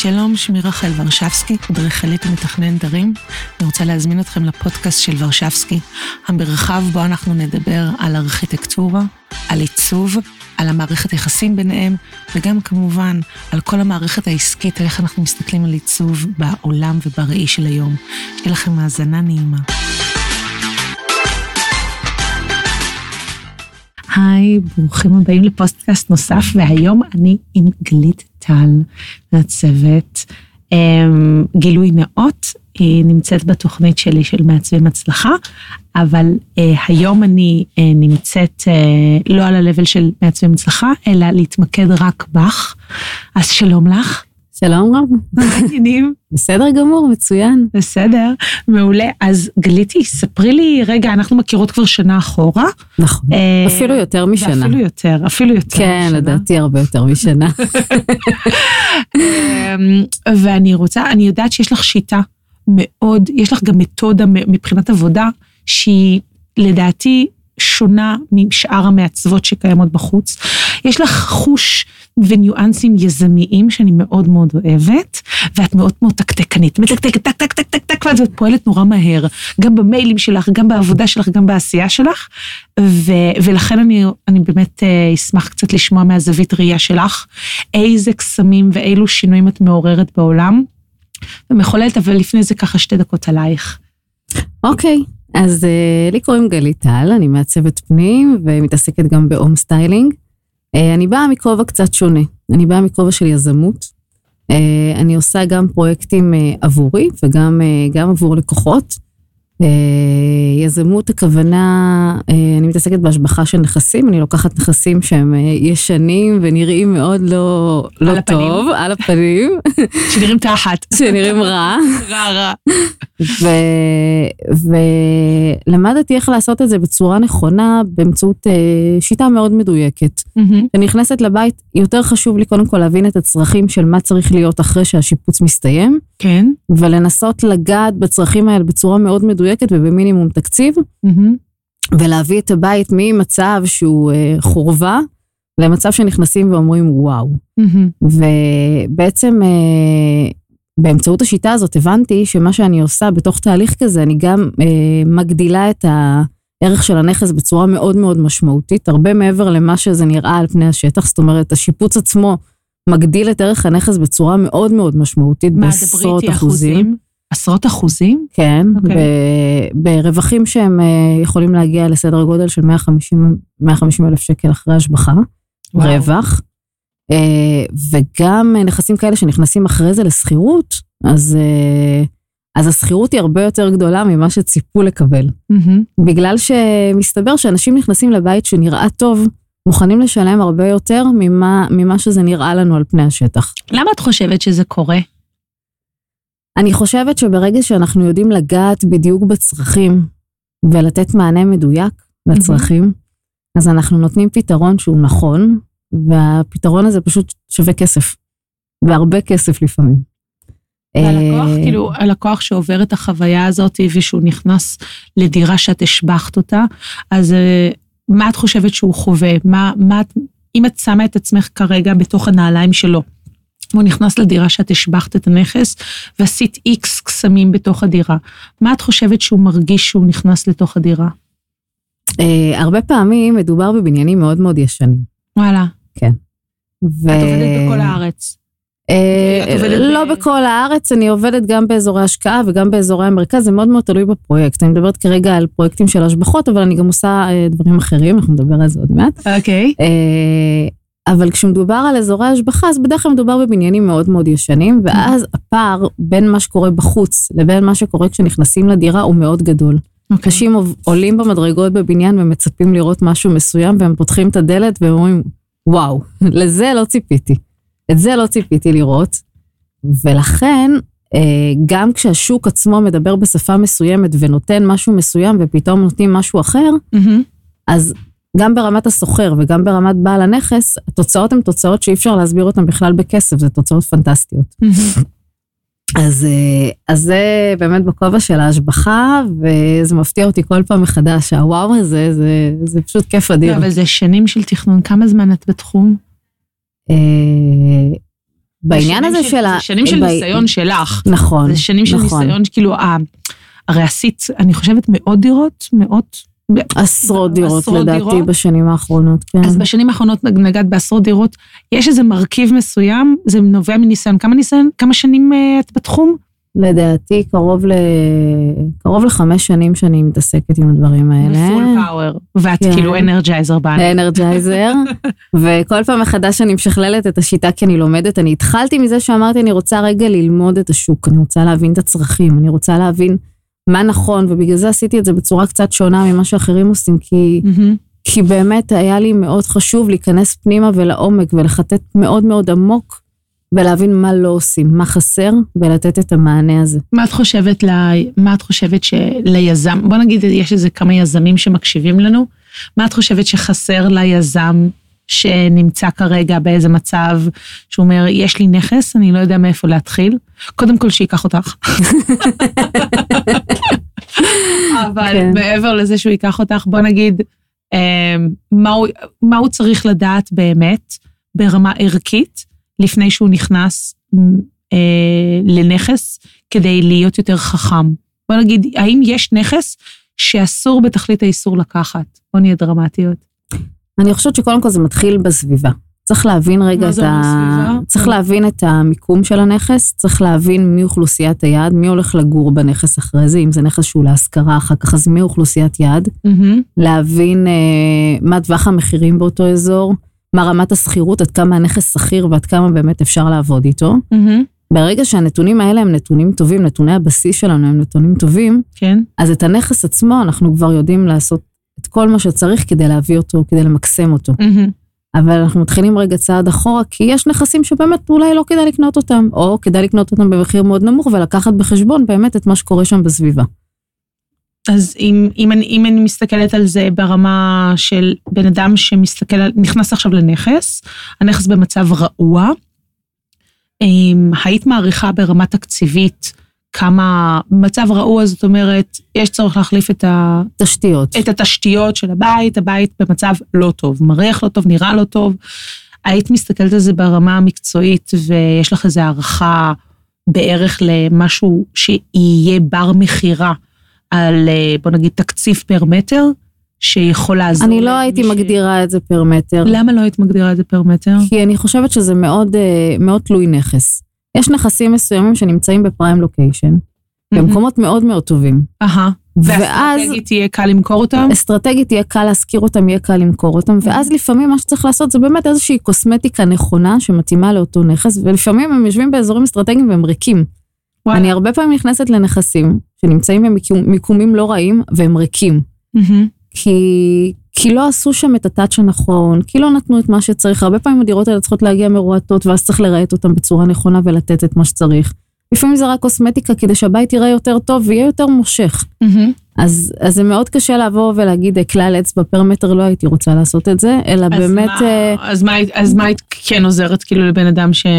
שלום, שמי רחל ורשבסקי, אדריכלית ומתכננת ערים. אני רוצה להזמין אתכם לפודקאסט של ורשבסקי, המרחב בו אנחנו נדבר על ארכיטקטורה, על עיצוב, על המערכת היחסים ביניהם, וגם כמובן על כל המערכת העסקית, איך אנחנו מסתכלים על עיצוב בעולם ובראי של היום. שיהיה לכם האזנה נעימה. היי, ברוכים הבאים לפודקאסט נוסף, והיום אני עם גלית טל מהצוות. גילוי נאות, היא נמצאת בתוכנית שלי של מעצבים הצלחה, אבל היום אני נמצאת לא על הלבל של מעצבים הצלחה, אלא להתמקד רק בך. אז שלום לך. שלום רב. מעניינים. בסדר גמור, מצוין. בסדר, מעולה. אז גליתי, ספרי לי, רגע, אנחנו מכירות כבר שנה אחורה. נכון, אפילו יותר משנה. אפילו יותר. כן, משנה. לדעתי הרבה יותר משנה. ואני רוצה, אני יודעת שיש לך שיטה מאוד, יש לך גם מתודה מבחינת עבודה, שהיא לדעתי שונה משאר המעצבות שקיימות בחוץ. יש לך חוש וניואנסים יזמיים שאני מאוד מאוד אוהבת, ואת מאוד מאוד תקתקנית, מתקתקת, טק, טק, טק, טק, טק, ואת פועלת נורא מהר, גם במיילים שלך, גם בעבודה שלך, גם בעשייה שלך, ולכן אני באמת אשמח קצת לשמוע מהזווית ראייה שלך, איזה קסמים ואילו שינויים את מעוררת בעולם, ומחוללת, אבל לפני זה ככה 2 דקות עלייך. אוקיי, אז לי קוראים גלית טל, אני מעצבת פנים, ומתעסקת גם באום סטיילינג. אני באה מכובע קצת שונה, אני באה מכובע של יזמות, אני עושה גם פרויקטים עבורי וגם עבור לקוחות. יזמות הכוונה, אני מתעסקת בהשבחה של נכסים, אני לוקחת נכסים שהם ישנים ונראים מאוד לא טוב, על הפנים. שנראים תחת. שנראים רע. רע. ולמדתי איך לעשות את זה בצורה נכונה, באמצעות שיטה מאוד מדויקת. אני נכנסת לבית, יותר חשוב לי קודם כל להבין את הצרכים של מה צריך להיות אחרי שהשיפוץ מסתיים. כן. ולנסות לגעת בצרכים האלה בצורה מאוד מדויקת ובמינימום תקציב, ולהביא את הבית ממצב שהוא חורבה, למצב שנכנסים ואומרים וואו. ובעצם באמצעות השיטה הזאת הבנתי שמה שאני עושה בתוך תהליך כזה, אני גם מגדילה את הערך של הנכס בצורה מאוד מאוד משמעותית, הרבה מעבר למה שזה נראה על פני השטח, זאת אומרת, השיפוץ עצמו מגדיל את ערך הנכס בצורה מאוד מאוד משמשמעותית, בעשרות אחוזים. עשרות אחוזים? כן, ברווחים שהם יכולים להגיע לסדר גודל של 150,000 שקל אחרי השבחה, רווח, וגם נכסים כאלה שנכנסים אחרי זה לסחירות, אז הסחירות היא הרבה יותר גדולה ממה שציפו לקבל. בגלל שמסתבר שאנשים נכנסים לבית שנראה טוב, מוכנים לשלם הרבה יותר ממה שזה נראה לנו על פני השטח. למה את חושבת שזה קורה? אני חושבת שברגע שאנחנו יודעים לגעת בדיוק בצרכים, ולתת מענה מדויק לצרכים, אז אנחנו נותנים פתרון שהוא נכון, והפתרון הזה פשוט שווה כסף, והרבה כסף לפעמים. הלקוח, כאילו, הלקוח שעובר את החוויה הזאת, ושהוא נכנס לדירה שאת השבחת אותה, אז מה את חושבת שהוא חווה? אם את שמה את עצמך כרגע בתוך הנעליים שלו, הוא נכנס לדירה שאת השבחת את הנכס, ועשית איקס קסמים בתוך הדירה. מה את חושבת שהוא מרגיש שהוא נכנס לתוך הדירה? הרבה פעמים מדובר בבניינים מאוד מאוד ישנים. וואלה. כן. את עובדת בכל הארץ? לא בכל הארץ, אני עובדת גם באזורי השקעה וגם באזורי המרכז, זה מאוד מאוד תלוי בפרויקט. אני מדברת כרגע על פרויקטים של השבחות, אבל אני גם עושה דברים אחרים, אנחנו נדבר על זה עוד מעט. אוקיי. אבל כשמדובר על אזורי השבחה, אז בדרך כלל מדובר בבניינים מאוד מאוד ישנים, ואז הפער בין מה שקורה בחוץ לבין מה שקורה כשנכנסים לדירה הוא מאוד גדול. אנשים עולים במדרגות בבניין ומצפים לראות משהו מסוים, והם פותחים את הדלת ואומרים, וואו, לזה לא ציפיתי. את זה לא ציפיתי לראות, ולכן, גם כשהשוק עצמו מדבר בשפה מסוימת, ונותן משהו מסוים, ופתאום נותנים משהו אחר, אז גם ברמת הסוחר, וגם ברמת בעל הנכס, התוצאות הן תוצאות שאי אפשר להסביר אותן בכלל בכסף, זה תוצאות פנטסטיות. אז זה באמת בכובע של ההשבחה, וזה מפתיע אותי כל פעם מחדש, הוואו הזה, זה פשוט כיף אדיר. אבל זה שנים של תכנון, כמה זמן את בתחום? בעניין הזה של זה שנים של ניסיון שלך. נכון. זה שנים של ניסיון, כאילו, הרי עשית, אני חושבת, עשרות דירות לדעתי בשנים האחרונות, כן. אז בשנים האחרונות נגעת בעשרות דירות, יש איזה מרכיב מסוים, זה נובע מניסיון, כמה שנים את בתחום? לדעתי קרוב ל5 שנים שאני מתעסקת עם הדברים האלה. פול פאוור, ואת כאילו אנרג'ייזר בעלי. אנרג'ייזר, וכל פעם מחדש אני משכללת את השיטה כי אני לומדת, אני התחלתי מזה שאמרתי אני רוצה רגע ללמוד את השוק, אני רוצה להבין את הצרכים, אני רוצה להבין מה נכון, ובגלל זה עשיתי את זה בצורה קצת שונה ממה שאחרים עושים, כי באמת היה לי מאוד חשוב להיכנס פנימה ולעומק, ולחטט מאוד מאוד עמוק, ולהבין מה לא עושים, מה חסר, ולתת את המענה הזה. מה את חושבת שליזם, בוא נגיד, יש איזה כמה יזמים שמקשיבים לנו, מה את חושבת שחסר ליזם שנמצא כרגע באיזה מצב, שהוא אומר, יש לי נכס, אני לא יודע מאיפה להתחיל, קודם כל שיקח אותך. אבל מעבר לזה שהוא ייקח אותך, בוא נגיד, מה הוא צריך לדעת באמת, ברמה ערכית, לפני שהוא נכנס לנכס, כדי להיות יותר חכם. בוא נגיד, האם יש נכס שאסור בתכלית האיסור לקחת? בוא נהיה דרמטיות. אני חושבת שקודם כל זה מתחיל בסביבה. צריך להבין רגע צריך להבין את המיקום של הנכס, צריך להבין מי אוכלוסיית היעד, מי הולך לגור בנכס אחרי זה, אם זה נכס שהוא להשכרה אחר כך, אז מי אוכלוסיית יעד, להבין מה טווח המחירים באותו אזור, מה רמת הסחירות, עד כמה הנכס שכיר ועד כמה באמת אפשר לעבוד איתו. ברגע שהנתונים האלה הם נתונים טובים, נתוני הבסיס שלנו הם נתונים טובים, אז את הנכס עצמו אנחנו כבר יודעים לעשות את כל מה שצריך כדי להביא אותו, כדי למקסם אותו. אבל אנחנו מתחילים רגע צעד אחורה, כי יש נכסים שבאמת אולי לא כדאי לקנות אותם, או כדאי לקנות אותם במחיר מאוד נמוך, ולקחת בחשבון באמת את מה שקורה שם בסביבה. אז אם אני מסתכלת על זה ברמה של בן אדם נכנס עכשיו לנכס, הנכס במצב רעוע, היית מעריכה ברמה תקציבית, כמה מצב רעוע, זאת אומרת, יש צורך להחליף את התשתיות של הבית במצב לא טוב, מריח לא טוב, נראה לא טוב, היית מסתכלת על זה ברמה המקצועית, ויש לך איזו הערכה בערך למשהו שיהיה בר מחירה, על בוא נגיד תקציב פר מטר, שיכול לעזור. אני לא הייתי מגדירה את זה פר מטר. למה לא היית מגדירה את זה פר מטר? כי אני חושבת שזה מאוד, מאוד תלוי נכס. יש נכסים מסוימים שנמצאים בפריים לוקיישן, במקומות מאוד מאוד טובים. ואסטרטגית יהיה קל למכור אותם? אסטרטגית יהיה קל להזכיר אותם, יהיה קל למכור אותם, ואז לפעמים מה שצריך לעשות זה באמת איזושהי קוסמטיקה נכונה שמתאימה לאותו נכס, ולפעמים הם יושבים באזורים אסטרטגיים והם ריקים. אני הרבה פעמים נכנסת לנכסים שנמצאים במיקומים לא רעים והם ריקים. כי לא עשו שם את הטאץ' הנכון, כי לא נתנו את מה שצריך. הרבה פעמים הדירות האלה צריכות להגיע מרועטות, ואז צריך לראות אותם בצורה נכונה ולתת את מה שצריך. לפעמים זה רק קוסמטיקה כדי שהבית יראה יותר טוב ויהיה יותר מושך. אז זה מאוד קשה לבוא ולהגיד, כלל אצבע פר מטר לא הייתי רוצה לעשות את זה, אלא באמת... אז מה היית כן עוזרת כאילו לבן אדם ש...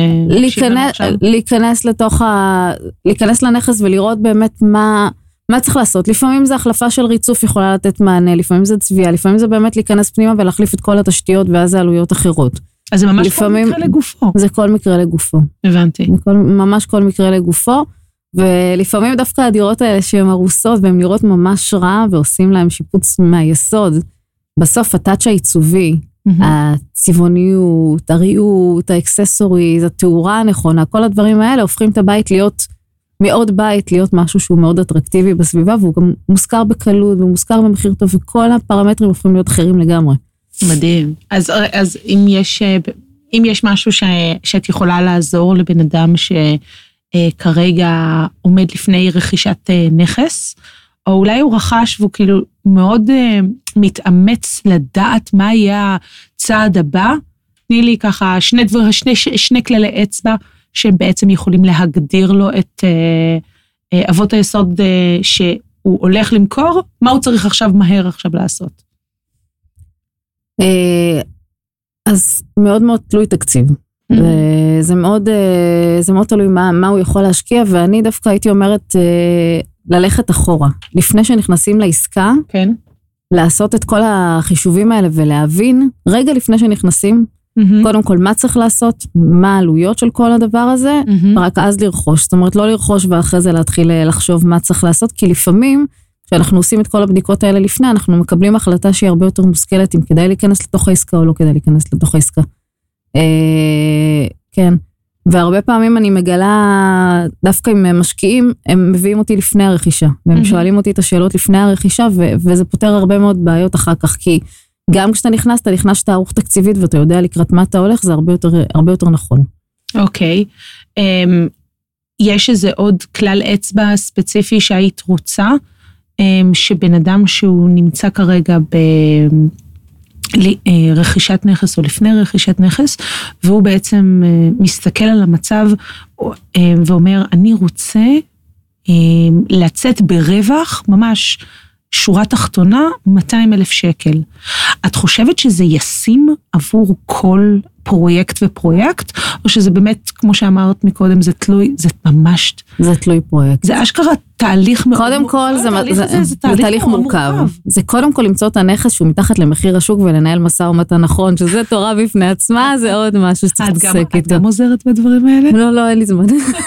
להיכנס לנכס ולראות באמת מה צריך לעשות. לפעמים זה החלפה של ריצוף יכולה לתת מענה, לפעמים זה צביעה, לפעמים זה באמת להיכנס פנימה ולהחליף את כל התשתיות, ואז זה עלויות אחרות. אז זה ממש כל מקרה לגופו. זה כל מקרה לגופו. הבנתי. ממש כל מקרה לגופו, ולפעמים דווקא הדירות האלה שהן הרוסות, והן נראות ממש רע, ועושים להם שיפוץ מהיסוד, בסוף הטאץ' העיצובי, הצבעוניות, הריהוט, האקססוריז, התאורה הנכונה, כל הדברים האלה הופכים את הבית להיות משהו שהוא מאוד אטרקטיבי בסביבה, והוא גם מוזכר בקלות, והוא מוזכר במחיר טוב, וכל הפרמטרים הופכים להיות אחרים לגמרי. מדהים. אז אם יש משהו שאת יכולה לעזור לבן אדם שכרגע עומד לפני רכישת נכס, או אולי הוא רכש והוא כאילו מאוד מתאמץ לדעת מה יהיה הצעד הבא, תני לי ככה שני כללי אצבע שבעצם יכולים להגדיר לו את אבות היסוד שהוא הולך למכור, מה הוא צריך מהר עכשיו לעשות? אז מאוד מאוד תלוי תקציב. זה מאוד תלוי מה הוא יכול להשקיע, ואני דווקא הייתי אומרת ללכת אחורה. לפני שנכנסים לעסקה, לעשות את כל החישובים האלה ולהבין, רגע לפני שנכנסים, קודם כל, מה צריך לעשות, מה העלויות של כל הדבר הזה, ורק אז לרכוש. זאת אומרת, לא לרכוש ואחרי זה להתחיל לחשוב מה צריך לעשות, כי לפעמים, כשאנחנו עושים את כל הבדיקות האלה לפני, אנחנו מקבלים החלטה שהיא הרבה יותר מושכלת, אם כדאי להיכנס לתוך העסקה או לא כדאי להיכנס לתוך העסקה. כן. והרבה פעמים אני מגלה, דווקא עם משקיעים, הם מביאים אותי לפני הרכישה, והם שואלים אותי את השאלות לפני הרכישה, וזה פותר הרבה מאוד בעיות אחר כך, כי גם כשאתה נכנס, אתה נכנס שאתה ערוך תקציבית, ואתה יודע לקראת מה אתה הולך, זה הרבה יותר נכון. אוקיי. יש איזה עוד כלל אצבע ספציפי שהיית רוצה, שבן אדם שהוא נמצא כרגע רכישת נכס או לפני רכישת נכס, והוא בעצם מסתכל על המצב ואומר, אני רוצה לצאת ברווח, ממש שורה תחתונה, 200,000 שקל. את חושבת שזה ישים עבור כל פרויקט ופרויקט, או שזה באמת, כמו שאמרת מקודם, זה תלוי, זה ממש... זה תלוי פרויקט. זה אשכרה תהליך מאוד... קודם כל, זה תהליך מורכב. זה קודם כל למצוא את הנכס שהוא מתחת למחיר השוק, ולנהל משא ומתן נכון, שזה תורה בפני עצמה, זה עוד משהו שצריך לצק איתו. את גם עוזרת בדברים האלה? לא, אין לי זמן.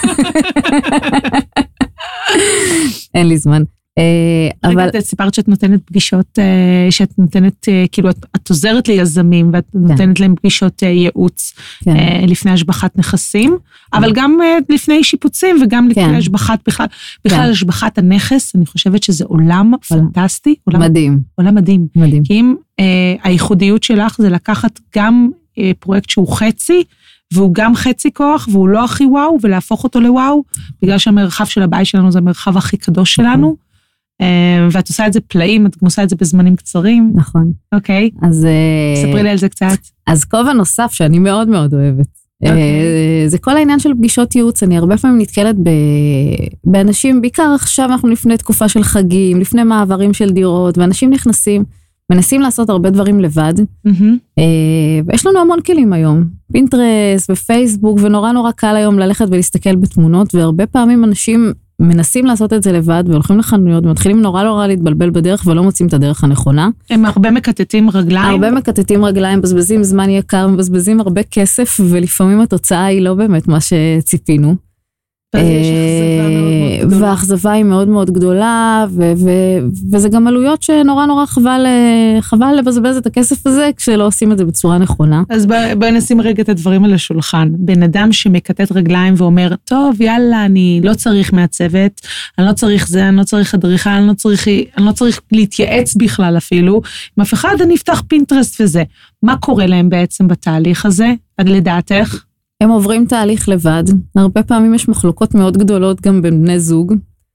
אין לי זמן. רגע, את סיפרת שאת נותנת פגישות, שאת נותנת, כאילו, את עוזרת ליזמים, ואת נותנת להם פגישות ייעוץ לפני השבחת נכסים, אבל גם לפני שיפוצים, וגם לפני השבחת בכלל השבחת הנכס, אני חושבת שזה עולם פנטסטי. מדהים. עולם מדהים. כי אם הייחודיות שלך זה לקחת גם פרויקט שהוא חצי, והוא גם חצי כוח, והוא לא הכי וואו, ולהפוך אותו לוואו, בגלל שהמרחב של הבית שלנו זה המרחב הכי קדוש שלנו, ואת עושה את זה פלאים, את עושה את זה בזמנים קצרים. נכון. אוקיי. אז... ספרי לי על זה קצת. אז כובע נוסף שאני מאוד מאוד אוהבת. זה כל העניין של פגישות ייעוץ, אני הרבה פעמים נתקלת באנשים, בעיקר עכשיו אנחנו לפני תקופה של חגים, לפני מעברים של דירות, ואנשים נכנסים, מנסים לעשות הרבה דברים לבד, ויש לנו המון כלים היום, פינטרסט ופייסבוק, ונורא קל היום ללכת ולהסתכל בתמונות, והרבה פעמים אנשים מנסים לעשות את זה לבד, והולכים לחנויות, ומתחילים נורא להתבלבל בדרך, ולא מוצאים את הדרך הנכונה. הם הרבה מקטטים רגליים? הרבה מקטטים רגליים, מבזבזים זמן יקר, מבזבזים הרבה כסף, ולפעמים התוצאה היא לא באמת מה שציפינו. והאכזבה היא מאוד מאוד גדולה, וזה גם עלויות שנורא חבל לבזבז את הכסף הזה, כשלא עושים את זה בצורה נכונה. אז בואי נשים רגע את הדברים על השולחן. בן אדם שמקטט רגליים ואומר, טוב, יאללה, אני לא צריך מהצוות, אני לא צריך זה, אני לא צריך אדריכל, אני לא צריך להתייעץ בכלל אפילו, עם אף אחד אני אפתח פינטרסט וזה. מה קורה להם בעצם בתהליך הזה, עד לדעתך? הם עוברים תהליך לבד, הרבה פעמים יש מחלוקות מאוד גדולות גם בין בני זוג,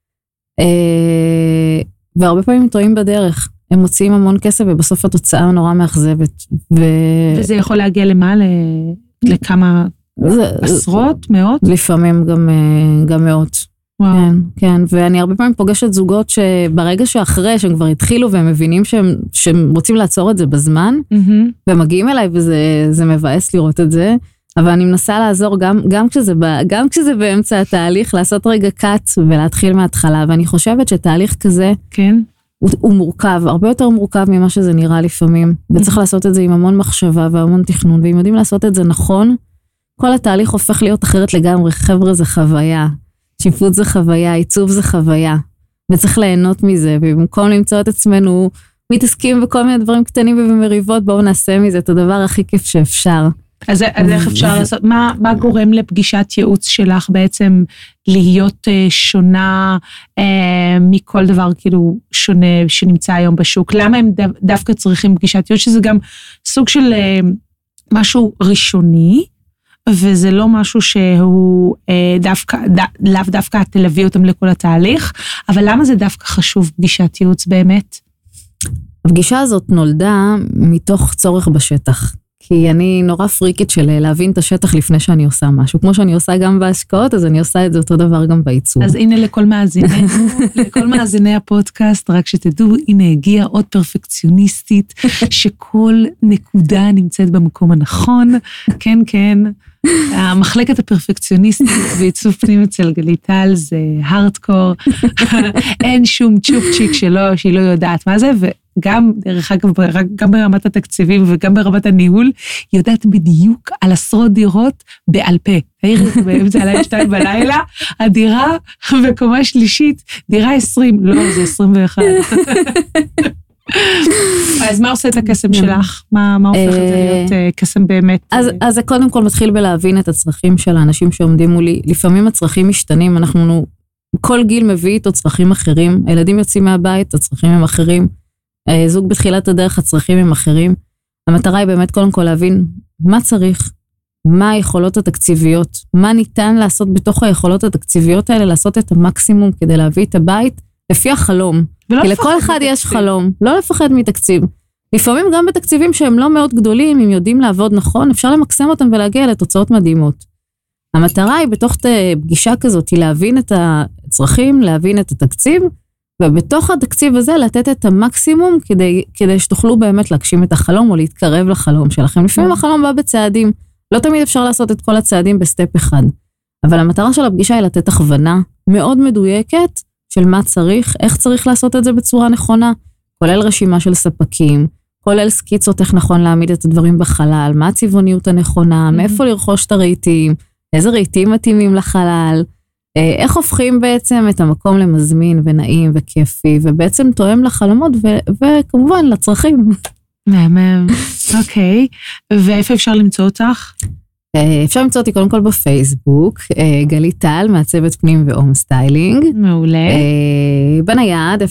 והרבה פעמים טועים בדרך, הם מוציאים המון כסף ובסוף התוצאה נורא מאכזבת. וזה יכול להגיע למה? לכמה עשרות, מאות? לפעמים גם מאות. כן, ואני הרבה פעמים פוגשת זוגות שברגע שאחרי שהם כבר התחילו והם מבינים שהם רוצים לעצור את זה בזמן, ומגיעים אליי וזה מבאס לראות את זה, אבל אני מנסה לעזור גם כשזה באמצע התהליך, לעשות רגע קאט ולהתחיל מההתחלה, ואני חושבת שתהליך כזה, כן. הוא מורכב, הרבה יותר מורכב ממה שזה נראה לפעמים, וצריך לעשות את זה עם המון מחשבה והמון תכנון, ואם יודעים לעשות את זה נכון, כל התהליך הופך להיות אחרת לגמרי, חבר'ה זה חוויה, שיפוט זה חוויה, עיצוב זה חוויה, וצריך ליהנות מזה, ובמקום למצוא את עצמנו, מתעסקים בכל מיני דברים קטנים ובמריבות, בואו נעשה מזה את הדבר הכי כיף שאפשר. אז איך אפשר לעשות, מה גורם לפגישת ייעוץ שלך בעצם להיות שונה מכל דבר כאילו שונה שנמצא היום בשוק? למה הם דווקא צריכים פגישת ייעוץ? שזה גם סוג של משהו ראשוני, וזה לא משהו שהוא לאו דווקא תלווי אותם לכל התהליך, אבל למה זה דווקא חשוב פגישת ייעוץ באמת? הפגישה הזאת נולדה מתוך צורך בשטח. כי אני נורא פריקית של להבין את השטח לפני שאני עושה משהו. כמו שאני עושה גם בהשקעות, אז אני עושה את זה אותו דבר גם בעיצוב. אז הנה לכל מאזיני הפודקאסט, רק שתדעו, הנה הגיעה עוד פרפקציוניסטית, שכל נקודה נמצאת במקום הנכון. כן, כן. המחלקת הפרפקציוניסטית בעיצוב פנים אצל גליטל זה הארדקור. אין שום צ'ופצ'יק שהיא לא יודעת מה זה, גם, דרך אגב, גם ברמת התקציבים וגם ברמת הניהול, היא יודעת בדיוק על עשרות דירות בעל פה. באמצע הלילה 2 בלילה, הדירה בקומה שלישית, דירה 20, לא, זה 21. אז מה עושה את הקסם שלך? מה הופך את זה להיות קסם באמת? אז זה קודם כל מתחיל בלהבין את הצרכים של האנשים שעומדים מולי. לפעמים הצרכים משתנים, אנחנו, כל גיל מביא איתו צרכים אחרים, הילדים יוצאים מהבית, הצרכים הם אחרים, זוג בתחילת הדרך, הצרכים הם אחרים. המטרה היא באמת קודם כל להבין מה צריך, מה היכולות התקציביות, מה ניתן לעשות בתוך היכולות התקציביות האלה, לעשות את המקסימום כדי להביא את הבית לפי החלום. כי לכל אחד יש חלום, לא לפחד מתקציב. לפעמים גם בתקציבים שהם לא מאוד גדולים, אם יודעים לעבוד נכון, אפשר למקסם אותם ולהגיע לתוצאות מדהימות. המטרה היא בתוך פגישה כזאת, היא להבין את הצרכים, להבין את התקציב, ובתוך התקציב הזה לתת את המקסימום כדי שתוכלו באמת להגשים את החלום או להתקרב לחלום שלכם. לפעמים החלום בא בצעדים, לא תמיד אפשר לעשות את כל הצעדים בסטפ אחד, אבל המטרה של הפגישה היא לתת הכוונה מאוד מדויקת של מה צריך, איך צריך לעשות את זה בצורה נכונה, כולל רשימה של ספקים, כולל סקיצות איך נכון להעמיד את הדברים בחלל, מה הצבעוניות הנכונה, מאיפה לרכוש את הרהיטים, איזה רהיטים מתאימים לחלל, איך הופכים בעצם את המקום למזמין ונעים וכיפי, ובעצם תואם לחלומות וכמובן לצרכים. מהמם, אוקיי. ואיפה אפשר למצוא אותך? אפשר למצוא אותי קודם כל בפייסבוק, גלית טל, מעצבת פנים והום סטיילינג. מעולה. בנייד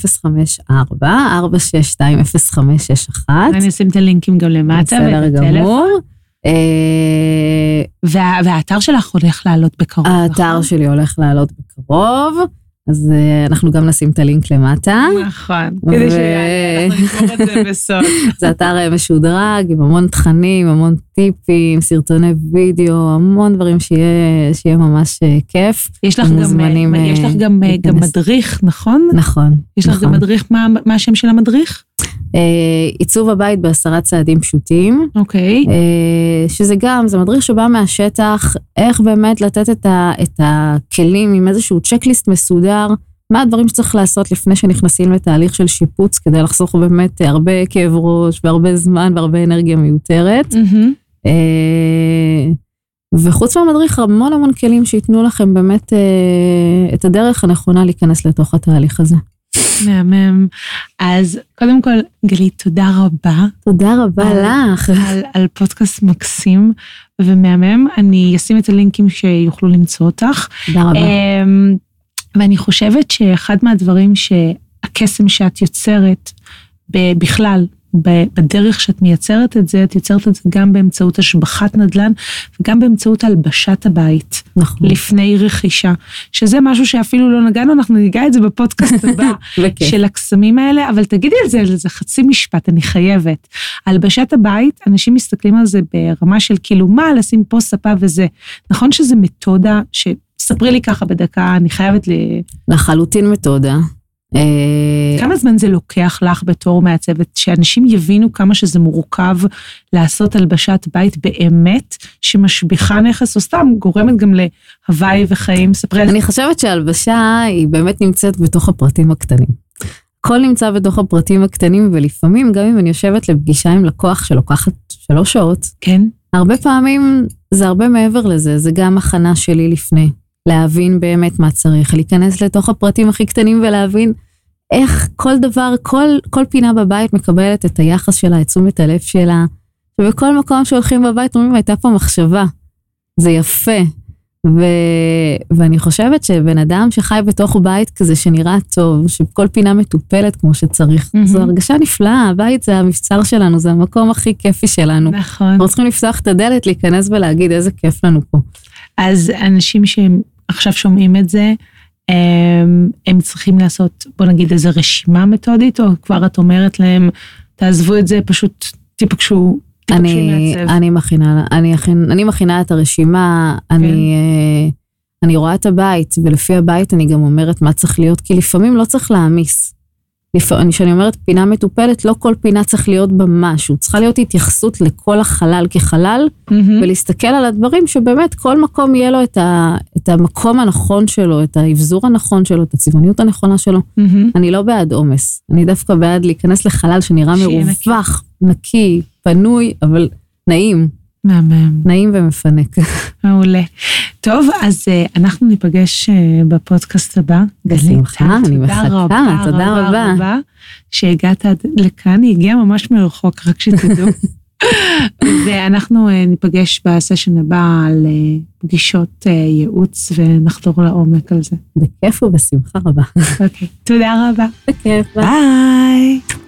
054-462-0561. אני אשים את הלינקים גם למטה. בסדר גמור. והאתר שלך הולך לעלות בקרוב. האתר שלי הולך לעלות בקרוב, אז אנחנו גם נשים את הלינק למטה. נכון, כדי שאנחנו נקרוא את זה בסוף. זה אתר משודרג, עם המון תכנים, המון טיפים, סרטוני וידאו, המון דברים שיהיה ממש כיף. יש לך גם מדריך, נכון? נכון. יש לך גם מדריך, מה השם של המדריך? עיצוב הבית ב10 צעדים פשוטים. אוקיי. שזה גם, זה מדריך שבא מהשטח, איך באמת לתת את הכלים עם איזשהו צ'קליסט מסודר, מה הדברים שצריך לעשות לפני שנכנסים לתהליך של שיפוץ, כדי לחסוך באמת הרבה כאב ראש, והרבה זמן, והרבה אנרגיה מיותרת. וחוץ מהמדריך, המון כלים שיתנו לכם באמת את הדרך הנכונה להיכנס לתוך התהליך הזה. מהמם. אז קודם כל, גלית, תודה רבה. תודה רבה לך. על פודקאסט מקסים ומהמם. אני אשים את הלינקים שיוכלו למצוא אותך. תודה רבה. ואני חושבת שאחד מהדברים שהקסם שאת יוצרת בכלל, בדרך שאת מייצרת את זה, את יוצרת את זה גם באמצעות השבחת נדל"ן, וגם באמצעות הלבשת הבית, נכון. לפני רכישה, שזה משהו שאפילו לא נגענו, אנחנו ניגע את זה בפודקאסט הבא, של הקסמים האלה, אבל תגידי על זה חצי משפט, אני חייבת. הלבשת הבית, אנשים מסתכלים על זה ברמה של כאילו, מה, לשים פה ספה וזה. נכון שזה מתודה, ספרי לי ככה בדקה, אני חייבת לחלוטין מתודה. כמה זמן זה לוקח לך בתור מעצבת, שאנשים יבינו כמה שזה מורכב לעשות הלבשת בית באמת, שמשביחה נכס, או סתם גורמת גם להוואי וחיים? ספרי. אני חושבת שההלבשה היא באמת נמצאת בתוך הפרטים הקטנים. הכל נמצא בתוך הפרטים הקטנים, ולפעמים גם אם אני יושבת לפגישה עם לקוח שלוקחת 3 שעות, כן. הרבה פעמים זה הרבה מעבר לזה, זה גם הכנה שלי לפני. להבין באמת מה צריך, להיכנס לתוך הפרטים הכי קטנים ולהבין איך כל דבר, כל פינה בבית מקבלת את היחס שלה, את תשומת הלב שלה, ובכל מקום שהולכים בבית אומרים, הייתה פה מחשבה, זה יפה, ואני חושבת שבן אדם שחי בתוך בית כזה שנראה טוב, שכל פינה מטופלת כמו שצריך, זו הרגשה נפלאה, הבית זה המבצר שלנו, זה המקום הכי כיפי שלנו. נכון. אנחנו צריכים לפתוח את הדלת, להיכנס ולהגיד איזה כיף לנו פה. אז אנשים שהם עכשיו שומעים את זה, הם צריכים לעשות, בוא נגיד, איזו רשימה מתודית, או כבר את אומרת להם, תעזבו את זה, פשוט תיפגשו מעצב. אני מכינה את הרשימה, אני רואה את הבית, ולפי הבית אני גם אומרת מה צריך להיות, כי לפעמים לא צריך להעמיס. כשאני אומרת פינה מטופלת, לא כל פינה צריך להיות בה משהו, צריכה להיות התייחסות לכל החלל כחלל, ולהסתכל על הדברים שבאמת כל מקום יהיה לו את המקום הנכון שלו, את האבזור הנכון שלו, את הצבעוניות הנכונה שלו. אני לא בעד עומס, אני דווקא בעד להיכנס לחלל שנראה מרווח, נקי, פנוי, אבל נעים. נעים ומפנק. מעולה. טוב, אז אנחנו ניפגש בפודקאסט הבא. בשמחה, אני מחכה, תודה רבה. שהגעת לכאן, היא הגיעה ממש מרחוק, רק שתדעו. ואנחנו ניפגש בסשן הבא על פגישות ייעוץ, ונחזור לעומק על זה. בכיף ובשמחה רבה. אוקיי, תודה רבה. בכיף, ביי.